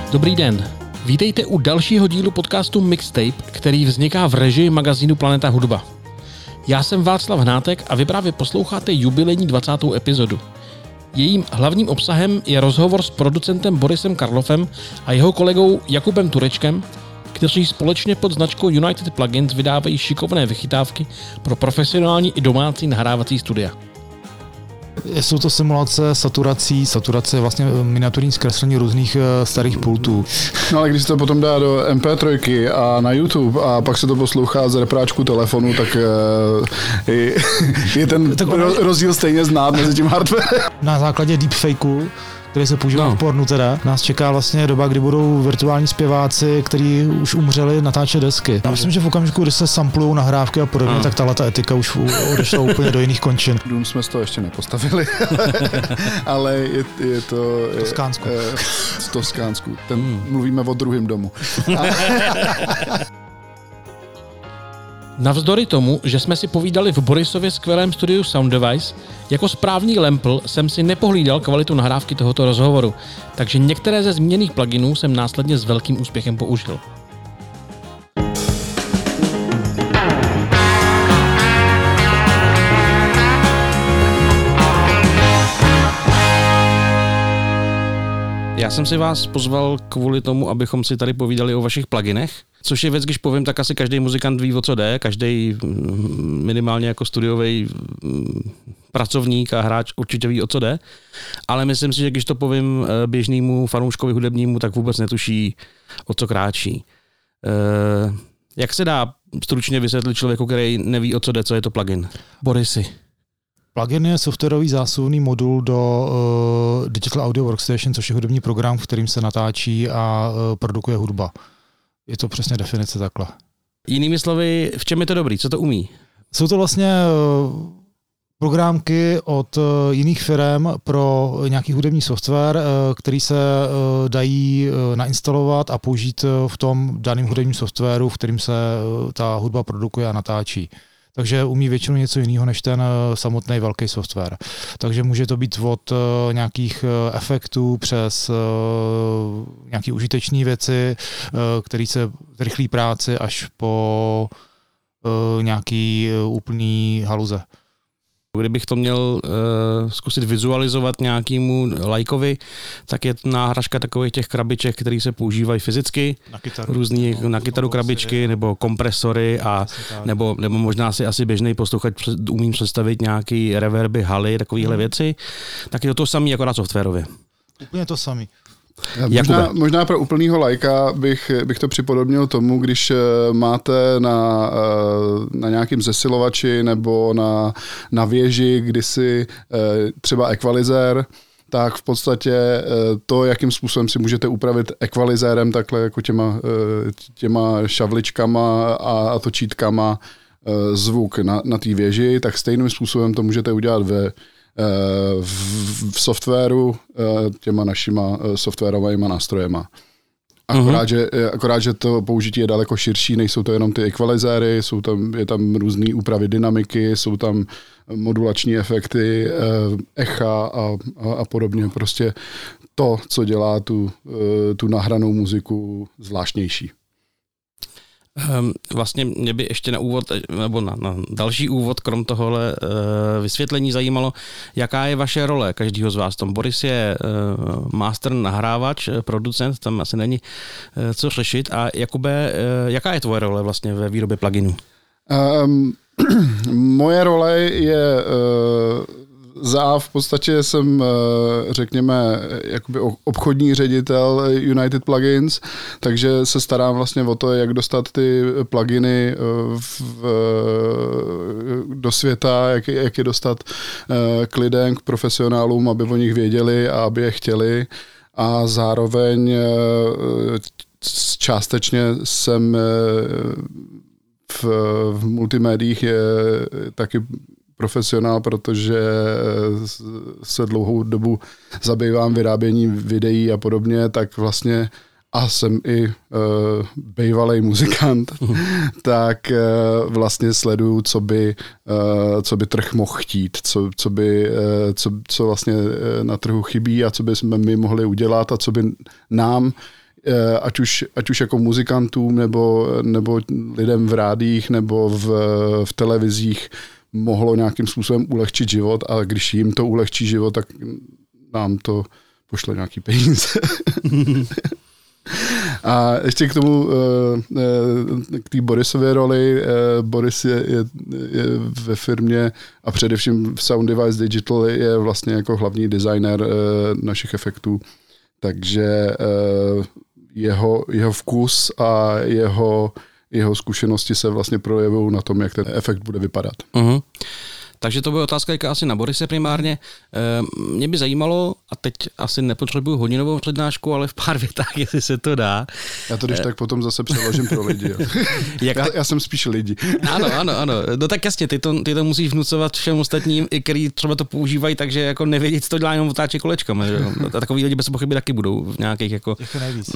Dobrý den. Vítejte u dalšího dílu podcastu Mixtape, který vzniká v režii magazínu Planeta hudba. Já jsem Václav Hnátek a vy právě posloucháte jubilejní 20. epizodu. Jejím hlavním obsahem je rozhovor s producentem Borisem Karloffem a jeho kolegou Jakubem Turečkem, kteří společně pod značkou United Plugins vydávají šikovné vychytávky pro profesionální i domácí nahrávací studia. Jsou to simulace saturace je vlastně miniaturní zkreslení různých starých pultů. No ale když se to potom dá do MP3 a na YouTube a pak se to poslouchá z repráčku telefonu, tak je ten rozdíl stejně znát mezi tím hardwarem. Na základě deepfakeu, který se používá v pornu teda, nás čeká vlastně doba, kdy budou virtuální zpěváci, kteří už umřeli, natáčet desky. Já myslím, že v okamžiku, kdy se samplujou nahrávky a podobně, tak tato etika už odešla úplně do jiných končin. Dům jsme z toho ještě nepostavili, ale je to... V Toskánsku. Mluvíme o druhém domu. Navzdory tomu, že jsme si povídali v Borisově skvělém studiu Sound Device, jako správný lempl jsem si nepohlídal kvalitu nahrávky tohoto rozhovoru, takže některé ze zmíněných pluginů jsem následně s velkým úspěchem použil. Já jsem si vás pozval kvůli tomu, abychom si tady povídali o vašich pluginech, což je věc, když povím, tak asi každý muzikant ví, o co jde, každý minimálně jako studiový pracovník a hráč určitě ví, o co jde, ale myslím si, že když to povím běžnému fanouškovi hudebnímu, tak vůbec netuší, o co kráčí. Jak se dá stručně vysvětlit člověku, který neví, o co jde, co je to plugin? Borisy. Plugin je softwarový zásuvný modul do Digital Audio Workstation, což je hudební program, v kterým se natáčí a produkuje hudba. Je to přesně definice takhle. Jinými slovy, v čem je to dobrý? Co to umí? Jsou to vlastně programky od jiných firm pro nějaký hudební software, který se dají nainstalovat a použít v tom daném hudebním softwaru, v kterým se ta hudba produkuje a natáčí. Takže umí většinou něco jiného než ten samotný velký software. Takže může to být od nějakých efektů přes nějaké užitečné věci, které se rychlí práci až po nějaký úplný haluze. Kdybych to měl zkusit vizualizovat nějakému lajkovi, tak je to náhražka takových těch krabiček, které se používají fyzicky, různý na kytaru krabičky nebo kompresory a nebo možná si asi běžný posluchač umím představit nějaký reverby, haly, takovéhle věci, tak je to samé akorát softwarově. Úplně to samé. Možná pro úplnýho lajka bych to připodobnil tomu, když máte na nějakým zesilovači nebo na věži kdysi třeba ekvalizér, tak v podstatě to, jakým způsobem si můžete upravit ekvalizérem, takhle jako těma šavličkama a točítkama zvuk na té věži, tak stejným způsobem to můžete udělat v softwaru těma našima softwarovými nástrojema. Akorát, že to použití je daleko širší, nejsou to jenom ty ekvalizéry, je tam různý úpravy dynamiky, jsou tam modulační efekty, echa a podobně. Prostě to, co dělá tu nahranou muziku zvláštnější. Vlastně mě by ještě na úvod, nebo na další úvod, krom tohohle vysvětlení zajímalo, jaká je vaše role každýho z vás. Tom Boris je master nahrávač, producent, tam asi není co řešit. A Jakube, jaká je tvoje role vlastně ve výrobě pluginů? Moje role je v podstatě jsem, řekněme, jakoby obchodní ředitel United Plugins, takže se starám vlastně o to, jak dostat ty pluginy do světa, jak je dostat k lidem, k profesionálům, aby o nich věděli a aby je chtěli. A zároveň částečně jsem v multimédiích je taky profesionál, protože se dlouhou dobu zabývám vyráběním videí a podobně, tak vlastně a jsem i bývalej muzikant, tak vlastně sleduju, co by trh mohl chtít, co vlastně na trhu chybí a co by jsme my mohli udělat a co by nám ať už jako muzikantům nebo lidem v rádiích nebo v televizích mohlo nějakým způsobem ulehčit život, a když jim to ulehčí život, tak nám to pošle nějaký peníze. A ještě k tomu, k té Borisově roli. Boris je ve firmě a především v Sound Device Digital je vlastně jako hlavní designer našich efektů. Takže jeho vkus a jeho zkušenosti se vlastně projevují na tom, jak ten efekt bude vypadat. Uh-huh. Takže to byla otázka asi na Borise primárně. Mě by zajímalo, a teď asi nepotřebuju hodinovou přednášku, ale v pár větách, jestli se to dá. Já to když tak potom zase přeložím pro lidi. Já jsem spíš lidi. Ano. No tak jasně, ty to musíš vnucovat všem ostatním, i který třeba to používají, takže jako nevědět, co to dělá, jenom otáče kolečkama. Že? A takový lidi bez pochyby taky budou v nějakých jako... Těch nejvíc.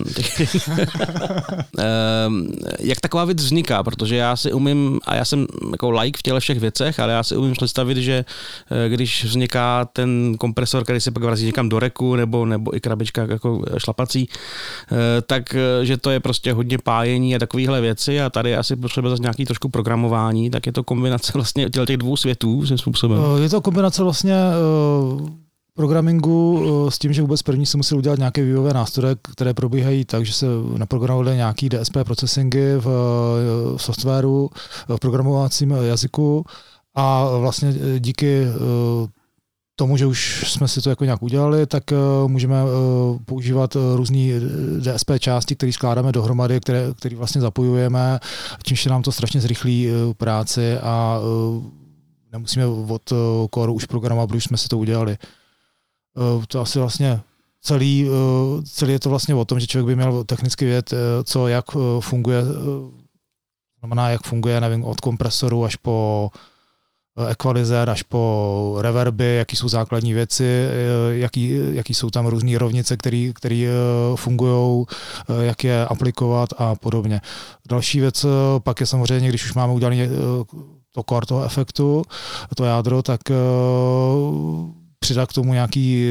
Jak taková věc vzniká, protože já si umím, a já jsem jako like v těle všech věcech, ale já si umím představit, že když vzniká ten kompresor, který se pak vrazí někam do reku, nebo i krabička jako šlapací, tak že to je prostě hodně pájení a takovéhle věci, a tady asi potřeba zase nějaký trošku programování, tak je to kombinace vlastně těch dvou světů svým způsobem. Je to kombinace vlastně programingu s tím, že vůbec první se musí udělat nějaké vývojové nástroje, které probíhají tak, že se naprogramovaly nějaký DSP procesingy v softwaru, v programovacím jazyku, a vlastně díky tomu, že už jsme si to jako nějak udělali, tak můžeme používat různé DSP části, které skládáme dohromady, které vlastně zapojujeme, čímž se nám to strašně zrychlí práci a nemusíme od kóru už programovat, protože jsme si to udělali. To asi vlastně celý je to vlastně o tom, že člověk by měl technicky vědět, co jak funguje, znamená, jak funguje, nevím, od kompresoru až po equalizer, až po reverby, jaký jsou základní věci, jaký jsou tam různé rovnice, které fungují, jak je aplikovat a podobně. Další věc pak je samozřejmě, když už máme udělané to core toho efektu, to jádro, tak přidat k tomu nějaký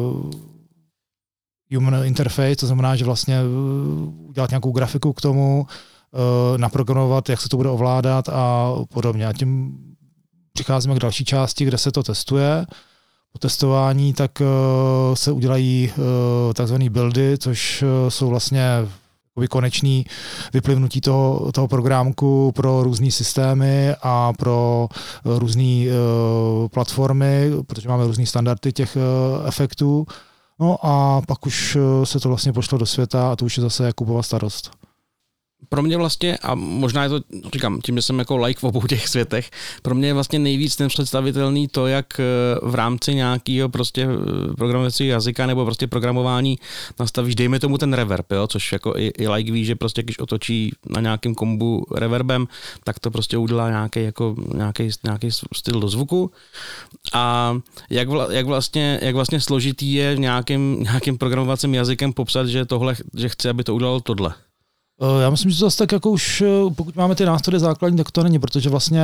human interface, to znamená, že vlastně udělat nějakou grafiku k tomu, naprogramovat, jak se to bude ovládat a podobně. A tím přicházíme k další části, kde se to testuje. Po testování tak se udělají takzvaný buildy, což jsou vlastně konečný vyplivnutí toho programku pro různé systémy a pro různé platformy, protože máme různé standardy těch efektů. No a pak už se to vlastně pošlo do světa a to už je zase Jakubova starost. Pro mě vlastně, a možná je to, říkám, tím, že jsem jako like v obou těch světech, pro mě je vlastně nejvíc nepředstavitelný to, jak v rámci nějakého prostě programovacího jazyka nebo prostě programování nastavíš, dejme tomu ten reverb, jo, což jako i like ví, že prostě když otočí na nějakém kombu reverbem, tak to prostě udělá nějaký styl do zvuku. A jak vlastně složitý je nějakým programovacím jazykem popsat, že chce, aby to udělalo tohle. Já myslím, že to zase tak jako už, pokud máme ty nástroje základní, tak to není, protože vlastně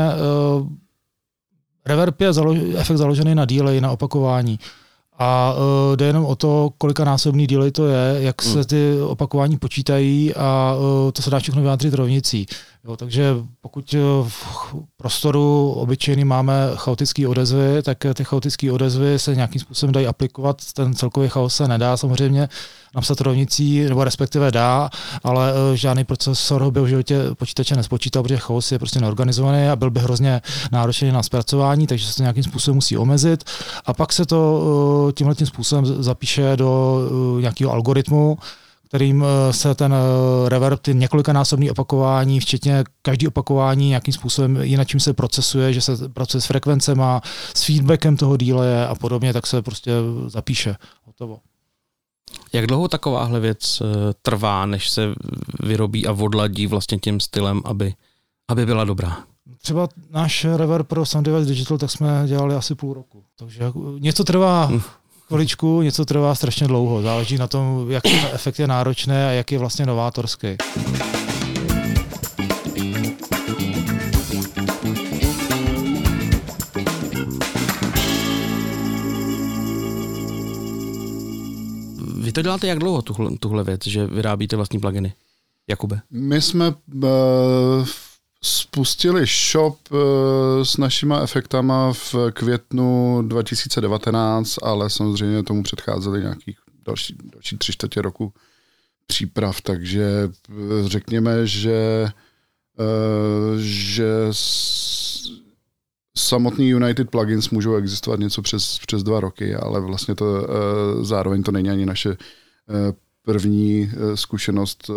reverb je efekt založený na delay, na opakování. A jde jenom o to, kolika násobný delay to je, jak se ty opakování počítají a to se dá všechno vyjádřit rovnicí. Jo, takže pokud v prostoru obyčejný máme chaotické odezvy, tak ty chaotické odezvy se nějakým způsobem dají aplikovat, ten celkový chaos se nedá samozřejmě napsat rovnicí, nebo respektive dá, ale žádný procesor by v životě počítače nespočítal, protože chaos je prostě neorganizovaný a byl by hrozně náročný na zpracování, takže se to nějakým způsobem musí omezit a pak se to tímhletím způsobem zapíše do nějakého algoritmu, kterým se ten reverb, ty několikanásobné opakování, včetně každý opakování nějakým způsobem jinakým se procesuje, že se pracuje s frekvencema, s feedbackem toho delaye a podobně, tak se prostě zapíše. Hotovo. Jak dlouho takováhle věc trvá, než se vyrobí a odladí vlastně tím stylem, aby byla dobrá? Třeba náš reverb pro Sound Device Digital, tak jsme dělali asi půl roku. Takže něco trvá chviličku, něco trvá strašně dlouho. Záleží na tom, jak ten efekt je náročný a jak je vlastně novátorský. Vy to děláte jak dlouho, tuhle věc, že vyrábíte vlastní pluginy? Jakube? My jsme spustili shop s našima efektama v květnu 2019, ale samozřejmě tomu předcházely nějakých další 3/4 roku příprav, takže řekněme, že samotný United Plugins můžou existovat něco přes 2 roky, ale vlastně to zároveň to není ani naše první zkušenost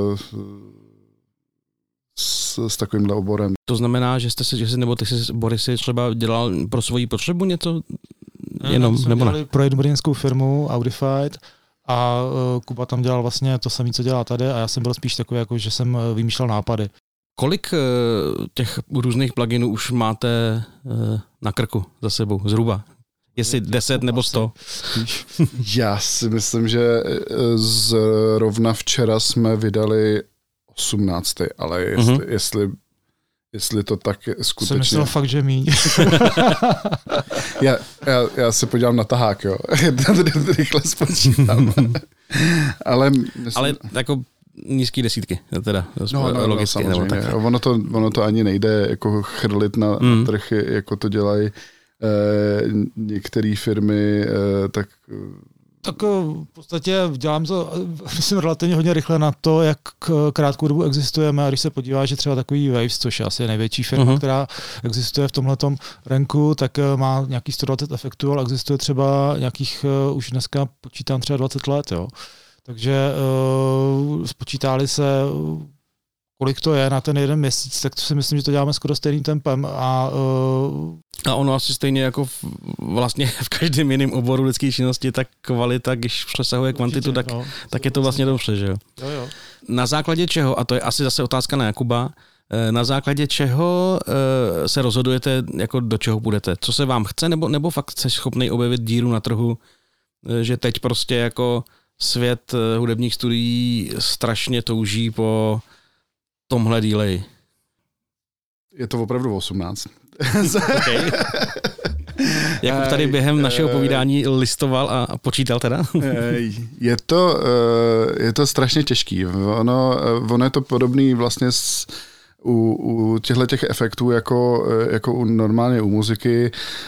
s takovýmhle oborem. To znamená, že ty jsi, Boris, třeba dělal pro svoji potřebu něco jenom, nebo ne? Pro jednu brněnskou firmu Audified a Kuba tam dělal vlastně to samé, co dělá tady a já jsem byl spíš takový, jako že jsem vymýšlel nápady. Kolik těch různých pluginů už máte na krku za sebou, zhruba? Jestli 10 nebo 100? Já si myslím, že zrovna včera jsme vydali 18. Ale jestli to tak je skutečně... Jsem myslel fakt, že míň. já se podívám na tahák, jo. Rychle spočítám. Ale jako nízký desítky, teda logicky. Nebo tak. Ono to ani nejde jako chrlit na trh, jako to dělají některé firmy, tak v podstatě dělám to, myslím, relativně hodně rychle na to, jak krátkou dobu existujeme a když se podívá, že třeba takový Waves, což je asi největší firma, která existuje v tomhletom ranku, tak má nějaký 120 efektů, ale existuje třeba nějakých, už dneska počítám třeba 20 let, jo. Takže spočítali se, kolik to je na ten jeden měsíc, tak to si myslím, že to děláme skoro stejným tempem a ono asi stejně jako vlastně v každém jiném oboru lidské činnosti, tak kvalita, když přesahuje kvantitu, tak je to vlastně dobře, že jo? Jo. Na základě čeho, a to je asi zase otázka na Jakuba, na základě čeho se rozhodujete, jako do čeho půjdete? Co se vám chce, nebo fakt jsi schopný objevit díru na trhu, že teď prostě jako svět hudebních studií strašně touží po tomhle díleji? Je to opravdu 18. Okay. Jakub tady během našeho povídání listoval a počítal teda? Je to strašně těžký. Ono je to podobný vlastně u těch efektů jako normálně u muziky.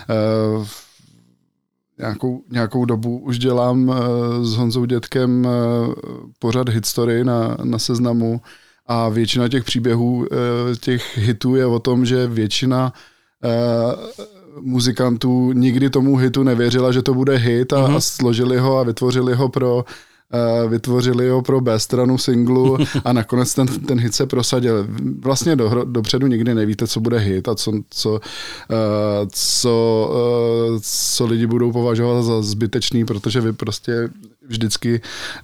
Nějakou dobu už dělám s Honzou Dětkem pořad Hitstory na Seznamu a většina těch příběhů, těch hitů je o tom, že většina muzikantů nikdy tomu hitu nevěřila, že to bude hit a složili ho a vytvořili ho pro B stranu singlu a nakonec ten hit se prosadil. Vlastně dopředu nikdy nevíte, co bude hit a co lidi budou považovat za zbytečný, protože vy prostě vždycky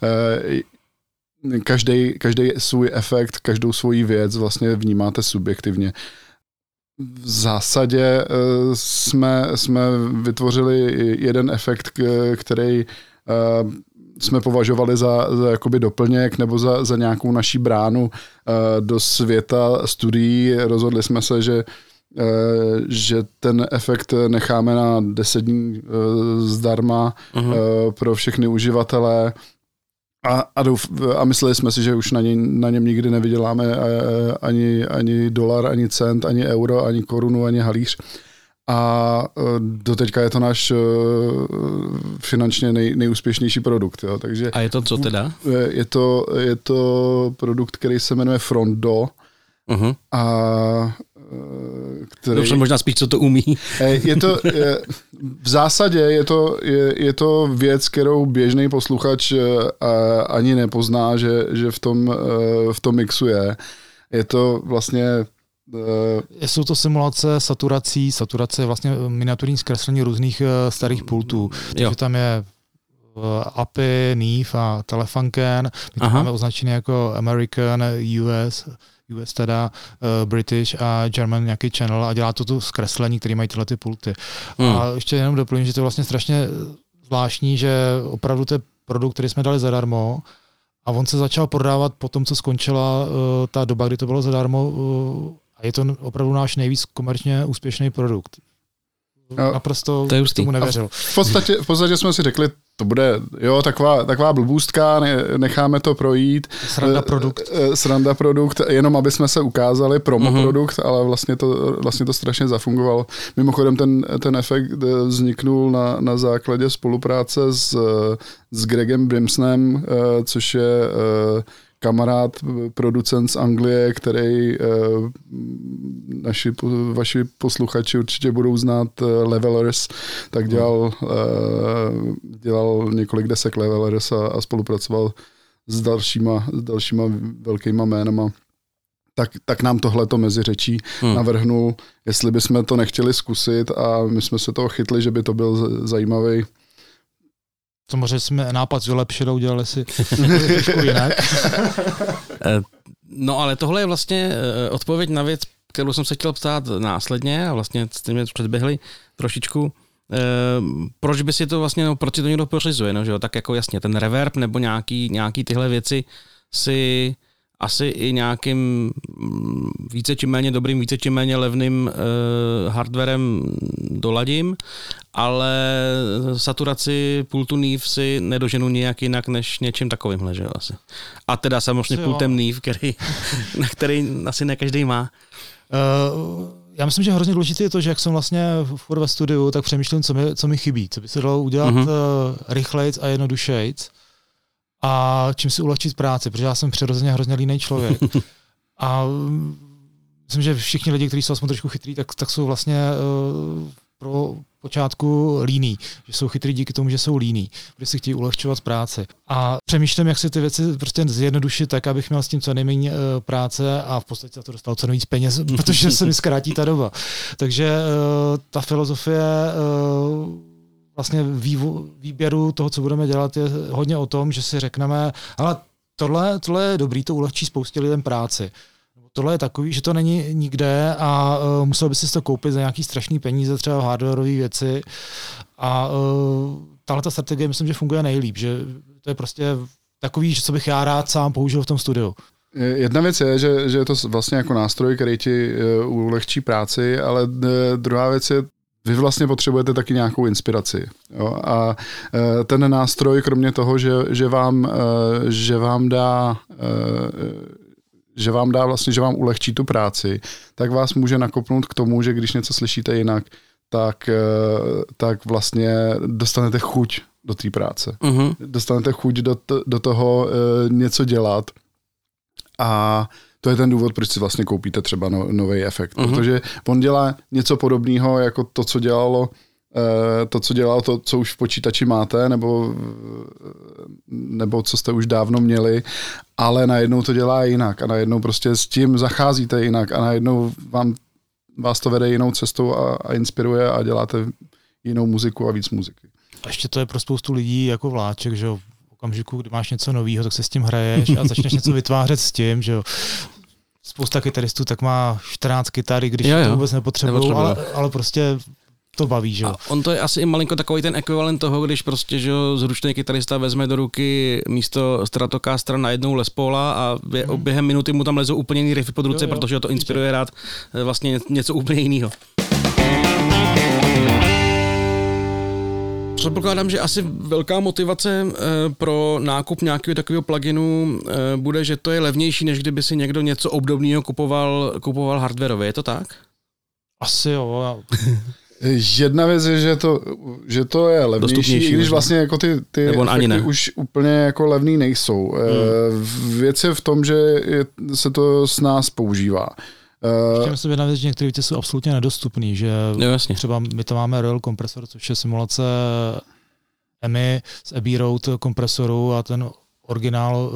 každý svůj efekt, každou svoji věc vlastně vnímáte subjektivně. V zásadě jsme vytvořili jeden efekt, který jsme považovali za jakoby doplněk nebo za nějakou naší bránu do světa studií. Rozhodli jsme se, že ten efekt necháme na 10 dní zdarma pro všechny uživatele a mysleli jsme si, že už na něm nikdy nevyděláme ani dolar, ani cent, ani euro, ani korunu, ani halíř. A doteďka je to náš finančně nejúspěšnější produkt. Jo. Takže a je to co teda? Je to produkt, který se jmenuje Frontdo. A který... Dobře, možná spíš, co to umí. V zásadě je to věc, kterou běžný posluchač ani nepozná, že v tom mixu je. Je to vlastně... Jsou to simulace saturace je vlastně miniaturní zkreslení různých starých pultů. Takže tam je API, Neve a Telefunken. My to máme označené jako American, US teda, British a German nějaký channel a dělá to tu zkreslení, který mají tyhle ty pulty. A ještě jenom doplním, že to je vlastně strašně zvláštní, že opravdu to je produkt, který jsme dali zadarmo a on se začal prodávat po tom, co skončila ta doba, kdy to bylo zadarmo a je to opravdu náš nejvíc komerčně úspěšný produkt. Naprosto tomu nevěřil. V podstatě jsme si řekli, to bude, jo, taková blbůstka, necháme to projít. Sranda produkt, jenom aby jsme se ukázali, promo produkt, ale vlastně to strašně zafungovalo. Mimochodem ten efekt vzniknul na základě spolupráce s Gregem Brimsonem, což je kamarád, producent z Anglie, který vaši posluchači určitě budou znát, Levelers, tak dělal několik desek Levelers a spolupracoval s dalšíma velkýma jménama. Tak nám tohleto mezi řečí navrhnul, jestli bychom to nechtěli zkusit, a my jsme se toho chytli, že by to byl zajímavý. Samozřejmě jsme nápad vylepšili, udělali si trošku jinak. No ale tohle je vlastně odpověď na věc, kterou jsem se chtěl ptát následně, a vlastně jste mě předběhli trošičku. Proč by si to vlastně, no, proč si to někdo pořizuje, no, že jo? Tak jako jasně, ten reverb nebo nějaký tyhle věci si asi i nějakým více či méně dobrým, více či méně levným hardwarem doladím, ale saturaci pultu Neve si nedoženu nijak jinak než něčím takovýmhle, že jo, asi. A teda samozřejmě pultem Neve, který asi ne každý má. Já myslím, že hrozně důležité je to, že jak jsem vlastně furt ve studiu, tak přemýšlím, co mi chybí, co by se dalo udělat rychlejc a jednodušejc a čím si ulehčit práci, protože já jsem přirozeně hrozně línej člověk. A myslím, že všichni lidi, kteří jsou aspoň trošku chytrý, tak jsou vlastně pro počátku líní, že jsou chytrý díky tomu, že jsou líní, protože si chtějí ulehčovat práci. A přemýšlím, jak si ty věci prostě zjednodušit tak, abych měl s tím co nejméně práce a v podstatě za to dostal co nejvíc peněz, protože se mi zkrátí ta doba. Takže ta filozofie vlastně výběru toho, co budeme dělat, je hodně o tom, že si řekneme, ale tohle je dobrý, to ulehčí spoustě lidem práci. Tohle je takový, že to není nikde a musel by si to koupit za nějaký strašný peníze, třeba hardwareové věci. A tahle ta strategie myslím, že funguje nejlíp, že to je prostě takový, že co bych já rád sám použil v tom studiu. Jedna věc je, že je to vlastně jako nástroj, který ti ulehčí práci, ale druhá věc je, vy vlastně potřebujete taky nějakou inspiraci. Jo? A ten nástroj, kromě toho, že vám dá vlastně, že vám ulehčí tu práci, tak vás může nakopnout k tomu, že když něco slyšíte jinak, tak vlastně dostanete chuť do té práce. Dostanete chuť do toho něco dělat. A to je ten důvod, proč si vlastně koupíte třeba nový efekt. Protože on dělá něco podobného jako to, co dělalo to, co už v počítači máte, nebo co jste už dávno měli, ale najednou to dělá jinak a najednou prostě s tím zacházíte jinak a najednou vás to vede jinou cestou a inspiruje a děláte jinou muziku a víc muziky. A ještě to je pro spoustu lidí jako vláček, že jo, v okamžiku, kdy máš něco nového, tak se s tím hraješ a začneš něco vytvářet s tím, že jo. Spousta kytaristů tak má 14 kytary, když to vůbec nepotřebují, ale prostě to baví, že jo. On to je asi i malinko takový ten ekvivalent toho, když prostě, že jo, zručný kytarista vezme do ruky místo Stratocastera na jednou Les Paula a během minuty mu tam lezou úplně jiný riffy pod ruce, protože ho to inspiruje rád vlastně něco úplně jiného. Předpokládám, že asi velká motivace pro nákup nějakého takového pluginu bude, že to je levnější, než kdyby si někdo něco obdobného kupoval hardwareově. Je to tak? Asi jo. Jedna věc je, že to je levnější, i když vlastně jako ty efekty už úplně jako levný nejsou. Věc je v tom, že se to s nás používá. Ještě myslím jedna věc, že některé věci jsou absolutně nedostupný, že třeba my to máme Royal kompresor, což je simulace EMI z Abbey Road kompresoru a ten originál,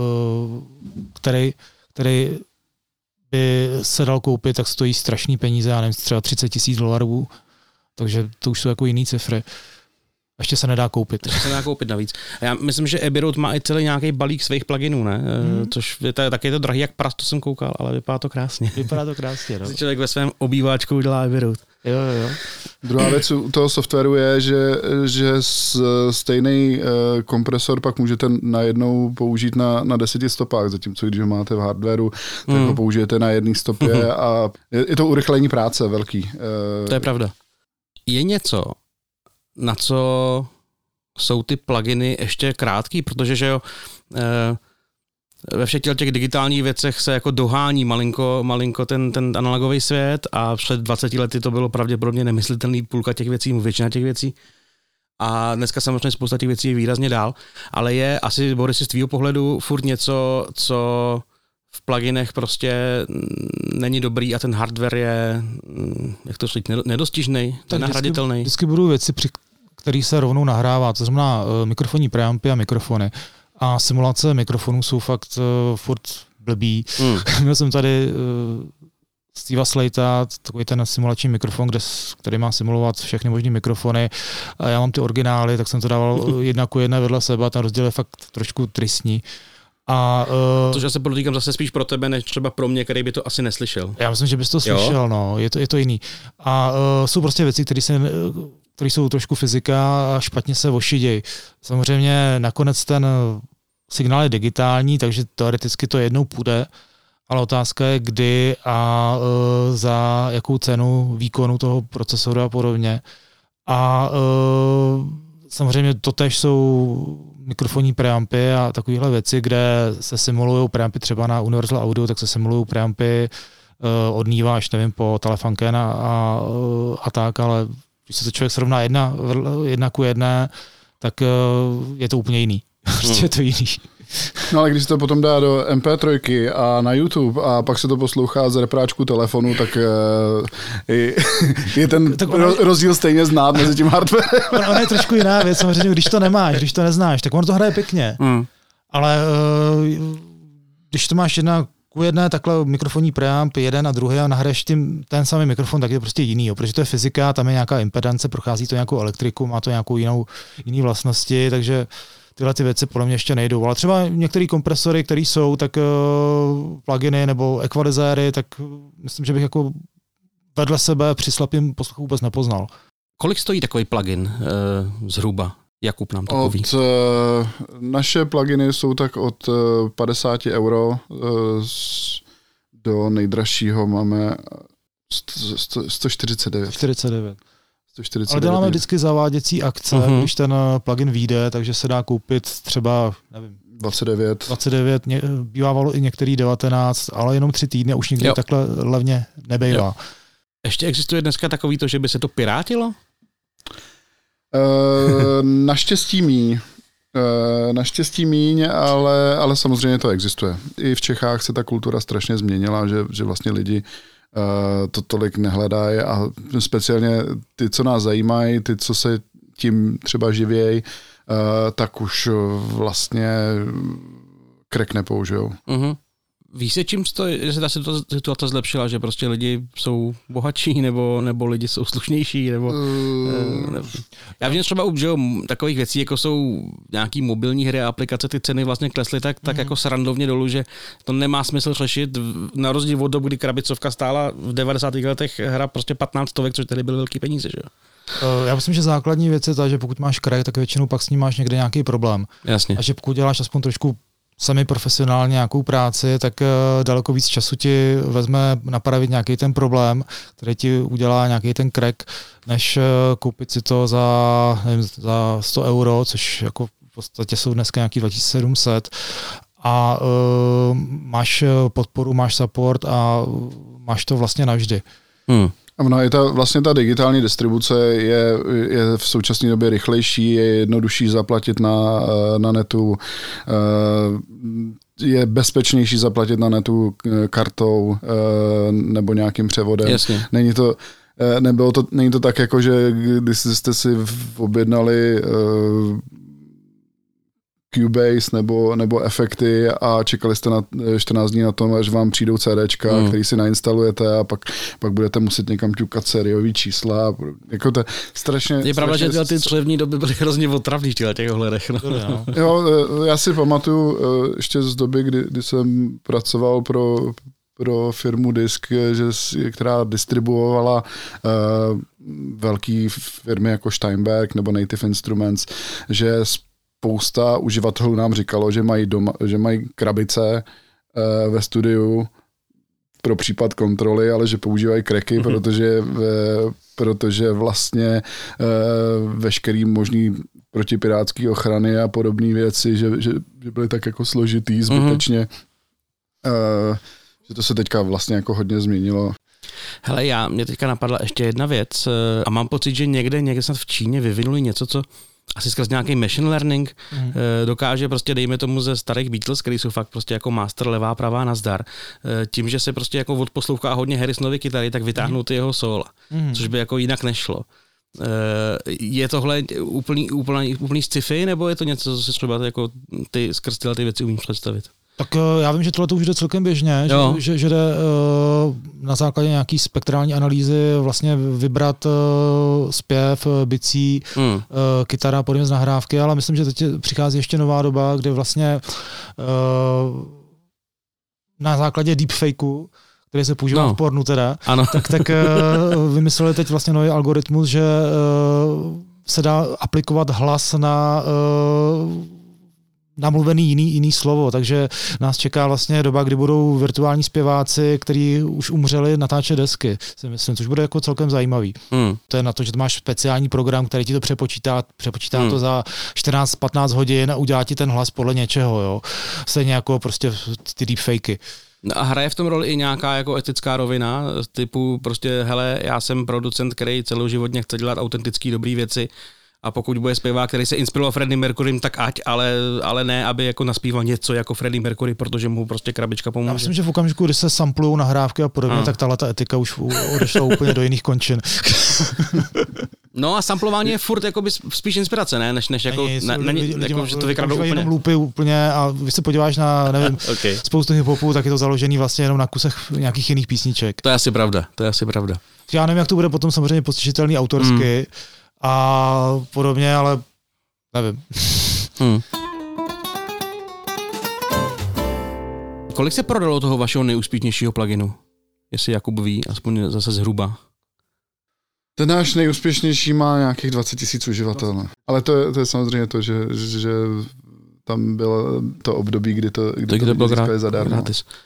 který by se dal koupit, tak stojí strašný peníze, já nevím, třeba $30,000, takže to už jsou jako jiný cifry. Ještě se nedá koupit. Ještě se nedá koupit navíc. A já myslím, že Abbey Road má i celý nějaký balík svých pluginů, ne? Což taky je to drahý jak prst, to jsem koukal, ale vypadá to krásně. Vypadá to krásně, no. Člověk ve svém obýváčku udělá Abbey Road. Jo. Druhá věc u toho softwaru je, že stejný kompresor pak můžete najednou použít na 10 stopách, zatímco když ho máte v hardwaru, tak ho použijete na jedné stopě a je to urychlení práce velký. To je pravda. Je něco, na co jsou ty pluginy ještě krátký, protože že jo, ve všech těch digitálních věcech se jako dohání malinko ten analogový svět a před 20 lety to bylo pravděpodobně nemyslitelný půlka těch věcí, většina těch věcí. A dneska samozřejmě spousta těch věcí je výrazně dál, ale je asi, Boris, z tvýho pohledu furt něco, co v pluginech prostě není dobrý a ten hardware je, jak to říct, nedostižný, nenahraditelný. Vždycky budou věci, při kterých se rovnou nahrává, to znamená mikrofonní preampy a mikrofony. A simulace mikrofonů jsou fakt furt blbý. Měl jsem tady Steva Slatea, takový ten simulační mikrofon, který má simulovat všechny možné mikrofony. A já mám ty originály, tak jsem to dával 1:1 vedle sebe a ten rozdíl je fakt trošku tristní. Což já se podotýkám zase spíš pro tebe, než třeba pro mě, který by to asi neslyšel. Já myslím, že bys to slyšel, no, je to jiný. A jsou prostě věci, které jsou trošku fyzika a špatně se ošidějí. Samozřejmě nakonec ten signál je digitální, takže teoreticky to jednou půjde, ale otázka je kdy a za jakou cenu výkonu toho procesoru a podobně. A samozřejmě totéž jsou mikrofonní preampy a takovéhle věci, kde se simulují preampy třeba na Universal Audio, tak se simulují preampy od Niva až nevím po Telefunken a tak, ale když se to člověk srovná 1:1, tak je to úplně jiný. Prostě je to jiný. No ale když se to potom dá do MP3 a na YouTube a pak se to poslouchá z repráčku telefonu, tak je ten rozdíl stejně znát mezi tím hardwarem. Ono je trošku jiná věc, samozřejmě, když to nemáš, když to neznáš, tak ono to hraje pěkně. Ale když to máš 1:1 takhle mikrofonní preamp, jeden a druhý a nahraješ tím ten samý mikrofon, tak je to prostě jiný, protože to je fyzika, tam je nějaká impedance, prochází to nějakou elektriku, má to nějakou jiný vlastnosti, takže tyhle ty věci podle mě ještě nejdou. Ale třeba některé kompresory, které jsou, tak pluginy nebo equalizéry, tak myslím, že bych jako vedle sebe při slabým posluchu vůbec nepoznal. Kolik stojí takový plugin zhruba? Jakub nám to poví. Naše pluginy jsou tak od 50 € do nejdražšího máme 149. 149. Ale děláme vždycky zaváděcí akce, když ten plugin vyjde, takže se dá koupit třeba, nevím, 29, bývávalo i některý 19, ale jenom 3 týdny, už nikdy takhle levně nebejvá. Ještě existuje dneska takový to, že by se to pirátilo? Naštěstí míň, ale samozřejmě to existuje. I v Čechách se ta kultura strašně změnila, že vlastně lidi to tolik nehledají a speciálně ty, co nás zajímají, ty, co se tím třeba živějí, tak už vlastně crack nepoužijou. Víš se, čím že se ta situace zlepšila, že prostě lidi jsou bohatší, nebo lidi jsou slušnější, nebo já vím třeba u takových věcí, jako jsou nějaký mobilní hry a aplikace, ty ceny vlastně klesly tak jako srandovně dolů, že to nemá smysl řešit, na rozdíl od doby, kdy krabicovka stála v 90. letech hra prostě 15 stovek, což tady byly velký peníze, že jo? Já myslím, že základní věc je ta, že pokud máš crack, tak většinou pak s ním máš někde nějaký problém. Jasně. A že pokud děláš aspoň trošku sami profesionálně nějakou práci, tak daleko víc času ti vezme napravit nějaký ten problém, který ti udělá nějaký ten crack, než koupit si to za 100 €, což jako v podstatě jsou dneska nějaký 2700 a máš podporu, máš support a máš to vlastně navždy. Ano, vlastně ta digitální distribuce je v současné době rychlejší, je jednodušší zaplatit na netu, je bezpečnější zaplatit na netu kartou nebo nějakým převodem. Jasně. Není to tak, jako že když jste si objednali Cubase nebo efekty a čekali jste na 14 dní na tom, až vám přijdou CDčka, který si nainstalujete a pak budete muset někam ťukat sériový čísla. Jako to strašně... Je pravda, že ty dřevní doby byly hrozně otravný v těch ohledech. No. Jo, já si pamatuju ještě z doby, kdy jsem pracoval pro firmu Disk, která distribuovala velké firmy jako Steinberg nebo Native Instruments, že spousta uživatelů nám říkalo, že mají krabice ve studiu pro případ kontroly, ale že používají cracky, protože vlastně veškerý možný protipirátský ochrany a podobné věci, že byly tak jako složitý zbytečně, že to se teďka vlastně jako hodně změnilo. Hele, mě teďka napadla ještě jedna věc a mám pocit, že někde snad v Číně vyvinuli něco, co asi skrz nějaký machine learning dokáže prostě, dejme tomu ze starých Beatles, který jsou fakt prostě jako master levá, pravá, nazdar, tím, že se prostě jako odposlouchá hodně Harrisonovy kytary, tak vytáhnou ty jeho sóla, což by jako jinak nešlo. Je tohle úplný sci-fi, nebo je to něco, co se třeba jako ty skrz tyhle ty věci umíš představit? Tak já vím, že tohle to už jde celkem běžně, že jde na základě nějaký spektrální analýzy vlastně vybrat zpěv, bicí, kytara a podobně z nahrávky, ale myslím, že teď přichází ještě nová doba, kde vlastně na základě deepfakeu, který se používá v pornu teda, tak vymysleli teď vlastně nový algoritmus, že se dá aplikovat hlas na namluvený jiný slovo, takže nás čeká vlastně doba, kdy budou virtuální zpěváci, kteří už umřeli, natáčet desky, si myslím, což bude jako celkem zajímavý. To je na to, že máš speciální program, který ti to přepočítá to za 14-15 hodin a udělá ti ten hlas podle něčeho, jo. Stejně jako prostě ty deepfakey. A hraje v tom roli i nějaká jako etická rovina, typu prostě, hele, já jsem producent, který celoživotně chce dělat autentický dobrý věci, a pokud bude zpěvák, který se inspiroval Freddie Mercurym, tak ať, ale ne, aby jako naspíval něco jako Freddie Mercury, protože mu prostě krabička pomůže. Já myslím, že v okamžiku, kdy se samplujou nahrávky a podobně, tak tahle ta etika už odešla úplně do jiných končin. No a samplování je furt jako spíš inspirace, ne? Než jako, jako že to vykradou úplně. Jenom loopy úplně a když se podíváš na, nevím, spoustu hip-hopu, tak je to založený vlastně jenom na kusech nějakých jiných písniček. To je asi pravda. Já nevím, jak to bude potom samozřejmě postižitelný autorsky, a podobně, ale nevím. Kolik se prodalo toho vašeho nejúspěšnějšího pluginu? Jestli Jakub ví, aspoň zase zhruba. Ten náš nejúspěšnější má nějakých 20 000 uživatelů. Ale to je samozřejmě to, že tam bylo to období, kdy to bylo získali zadarmo.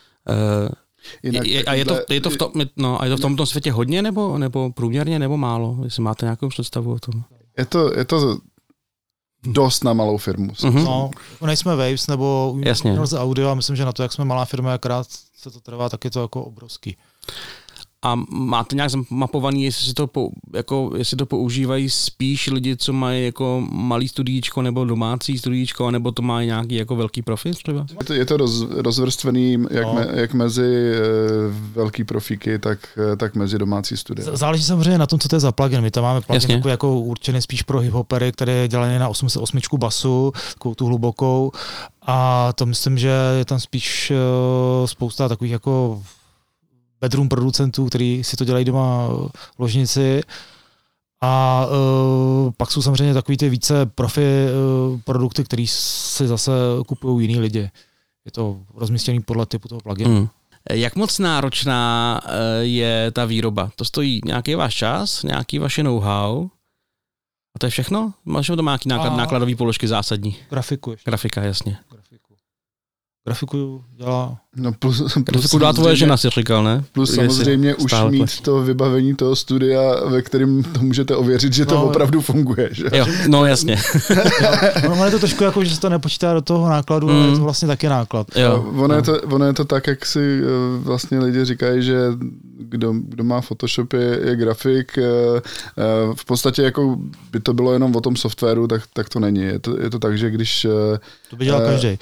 A je to v tomto světě hodně, nebo průměrně, nebo málo? Jestli máte nějakou představu o tom? Je to dost na malou firmu. No, nejsme Waves nebo Universal Audio a myslím, že na to, jak jsme malá firma, jakrát se to trvá, tak je to jako obrovský. A máte nějak mapovaný, jestli to používají spíš lidi, co mají jako malý studiíčko nebo domácí studiíčko, nebo to má nějaký jako velký profil třeba? Je to rozvrstvený jak mezi velký profíky, tak mezi domácí studie. Záleží samozřejmě na tom, co to je za plugin. My tam máme plugin jako určený spíš pro hiphopery, který je dělaný na 808 basu, takovou tu hlubokou, a to myslím, že je tam spíš spousta takových jako bedroom producentů, kteří si to dělají doma v ložnici. A pak jsou samozřejmě takový ty více profi produkty, který si zase kupují jiný lidi. Je to rozmístěný podle typu toho pluginu. Jak moc náročná je ta výroba? To stojí nějaký váš čas, nějaký vaše know-how? A to je všechno? Máš tam nějaký nákladové položky zásadní? Grafika, jasně. Grafiku dělá... No plus grafiku dá tvoje žena, si říkal, ne? Plus samozřejmě už mít to vybavení toho studia, ve kterém to můžete ověřit, že to opravdu funguje. Že? Jo, no jasně. Ono je to trošku jako, že se to nepočítá do toho nákladu, ale je to vlastně taky náklad. Ono je to tak, jak si vlastně lidi říkají, že kdo má Photoshop je grafik. V podstatě jako by to bylo jenom o tom softwaru, tak to není. Je to tak, že když... To by dělal každý.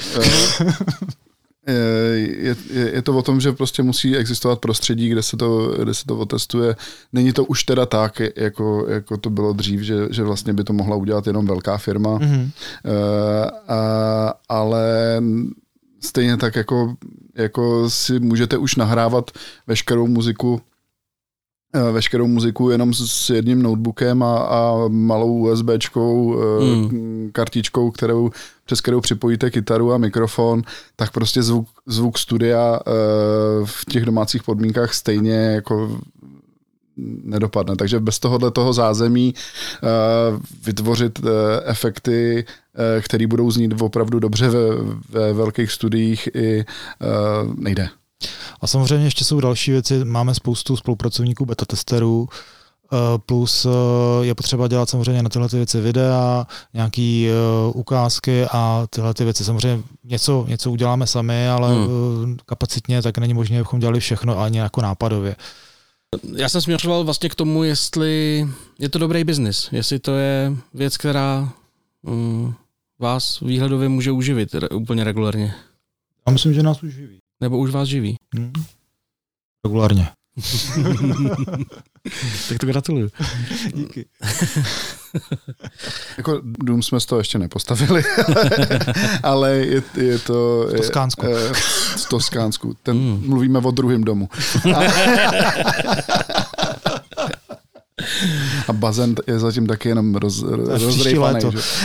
Je to o tom, že prostě musí existovat prostředí, kde se to otestuje. Není to už teda tak, jako to bylo dřív, že vlastně by to mohla udělat jenom velká firma. Ale stejně tak, jako si můžete už nahrávat veškerou muziku jenom s jedním notebookem a malou USBčkou, kartičkou, přes kterou připojíte kytaru a mikrofon, tak prostě zvuk studia v těch domácích podmínkách stejně jako nedopadne. Takže bez toho zázemí vytvořit efekty, které budou znít opravdu dobře ve velkých studiích, i nejde. A samozřejmě ještě jsou další věci, máme spoustu spolupracovníků beta testerů, plus je potřeba dělat samozřejmě na tyhle věci videa, nějaký ukázky a tyhle věci. Samozřejmě něco uděláme sami, ale kapacitně tak není možné, abychom dělali všechno ani jako nápadově. Já jsem směřoval vlastně k tomu, jestli je to dobrý biznis, jestli to je věc, která vás výhledově může uživit úplně regulárně. Já myslím, že nás už živí. Nebo už vás živí. Regulárně. Tak to gratuluju. Díky. Jako dům jsme z toho ještě nepostavili, ale je to... V Toskánsku. V Toskánsku. Mluvíme o druhém domu. A bazén je zatím taky jenom rozrejpanej.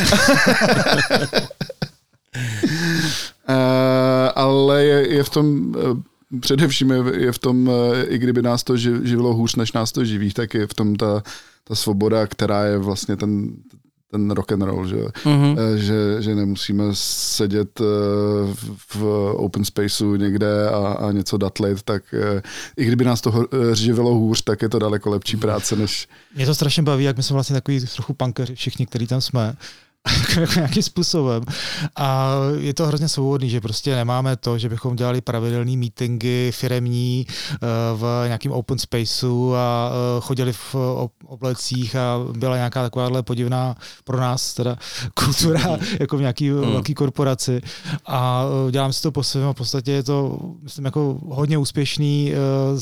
Ale je v tom... Především je v tom, i kdyby nás to živilo hůř, než nás to živí, tak je v tom ta svoboda, která je vlastně ten rock and roll, že? Že nemusíme sedět v open spaceu někde a něco datlit, tak i kdyby nás to živilo hůř, tak je to daleko lepší práce, než... Mě to strašně baví, jak my jsme vlastně takový trochu punkeři všichni, kteří tam jsme. Jako nějakým způsobem. A je to hrozně svobodný, že prostě nemáme to, že bychom dělali pravidelné meetingy firemní v nějakém open spaceu a chodili v oblecích a byla nějaká takováhle podivná pro nás teda kultura jako v nějaký velký korporaci a dělám si to po svém a v podstatě je to, myslím, jako hodně úspěšný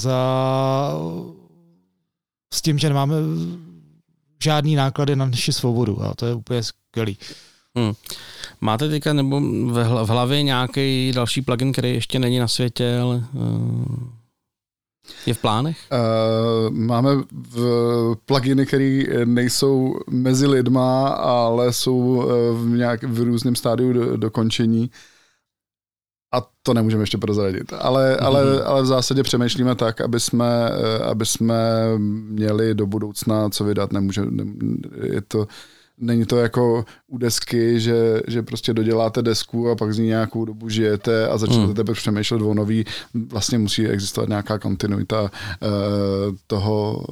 s tím, že nemáme žádný náklady na naši svobodu a to je úplně skvělý. Máte teďka nebo v hlavě nějaký další plugin, který ještě není na světě, ale je v plánech? Máme pluginy, které nejsou mezi lidma, ale jsou v různém stádiu dokončení. A to nemůžeme ještě prozradit. Ale v zásadě přemýšlíme tak, aby jsme měli do budoucna co vydat. Není to jako u desky, že prostě doděláte desku a pak z ní nějakou dobu žijete a začnete teprve přemýšlet o nový. Vlastně musí existovat nějaká kontinuita toho,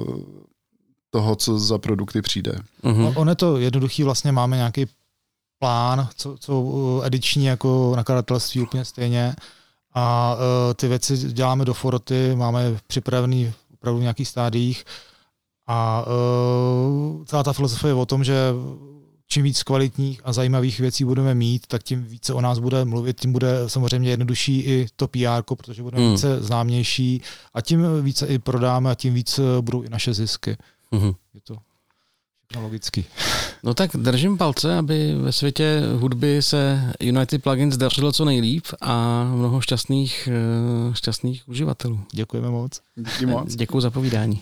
co za produkty přijde. On je to jednoduchý, vlastně máme nějaký plán, co ediční jako nakladatelství úplně stejně a ty věci děláme do foroty, máme připravený opravdu v nějakých stádiích a celá ta filozofie je o tom, že čím víc kvalitních a zajímavých věcí budeme mít, tak tím více o nás bude mluvit, tím bude samozřejmě jednodušší i to PR, protože budeme více známější a tím více i prodáme a tím víc budou i naše zisky. Je to logicky. No tak držím palce, aby ve světě hudby se United Plugins dařilo co nejlíp a mnoho šťastných uživatelů. Děkujeme moc. Díky moc. Děkuji za povídání.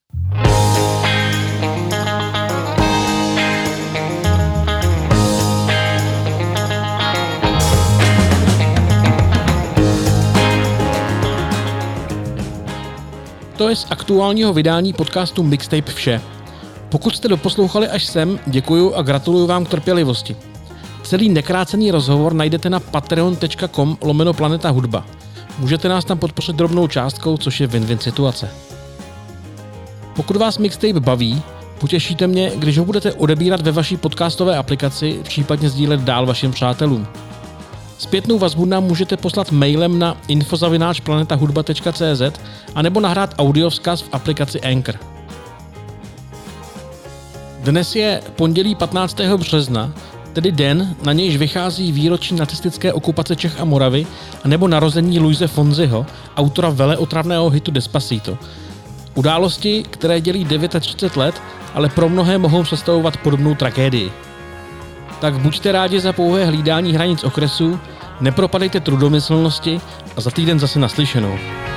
To je z aktuálního vydání podcastu Mixtape vše. Pokud jste doposlouchali až sem, děkuju a gratuluju vám k trpělivosti. Celý nekrácený rozhovor najdete na patreon.com/Planeta Hudba. Můžete nás tam podpořit drobnou částkou, což je win-win situace. Pokud vás Mixtape baví, potěšíte mě, když ho budete odebírat ve vaší podcastové aplikaci, případně sdílet dál vašim přátelům. Zpětnou vazbu nám můžete poslat mailem na info@planetahudba.cz a nebo nahrát audiovzkaz v aplikaci Anchor. Dnes je pondělí 15. března, tedy den, na nějž vychází výročí nacistické okupace Čech a Moravy a nebo narození Luise Fonziho, autora veleotravného hitu Despacito. Události, které dělí 39 let, ale pro mnohé mohou představovat podobnou tragédii. Tak buďte rádi za pouhé hlídání hranic okresu, nepropadejte trudomyslnosti a za týden zase naslyšenou.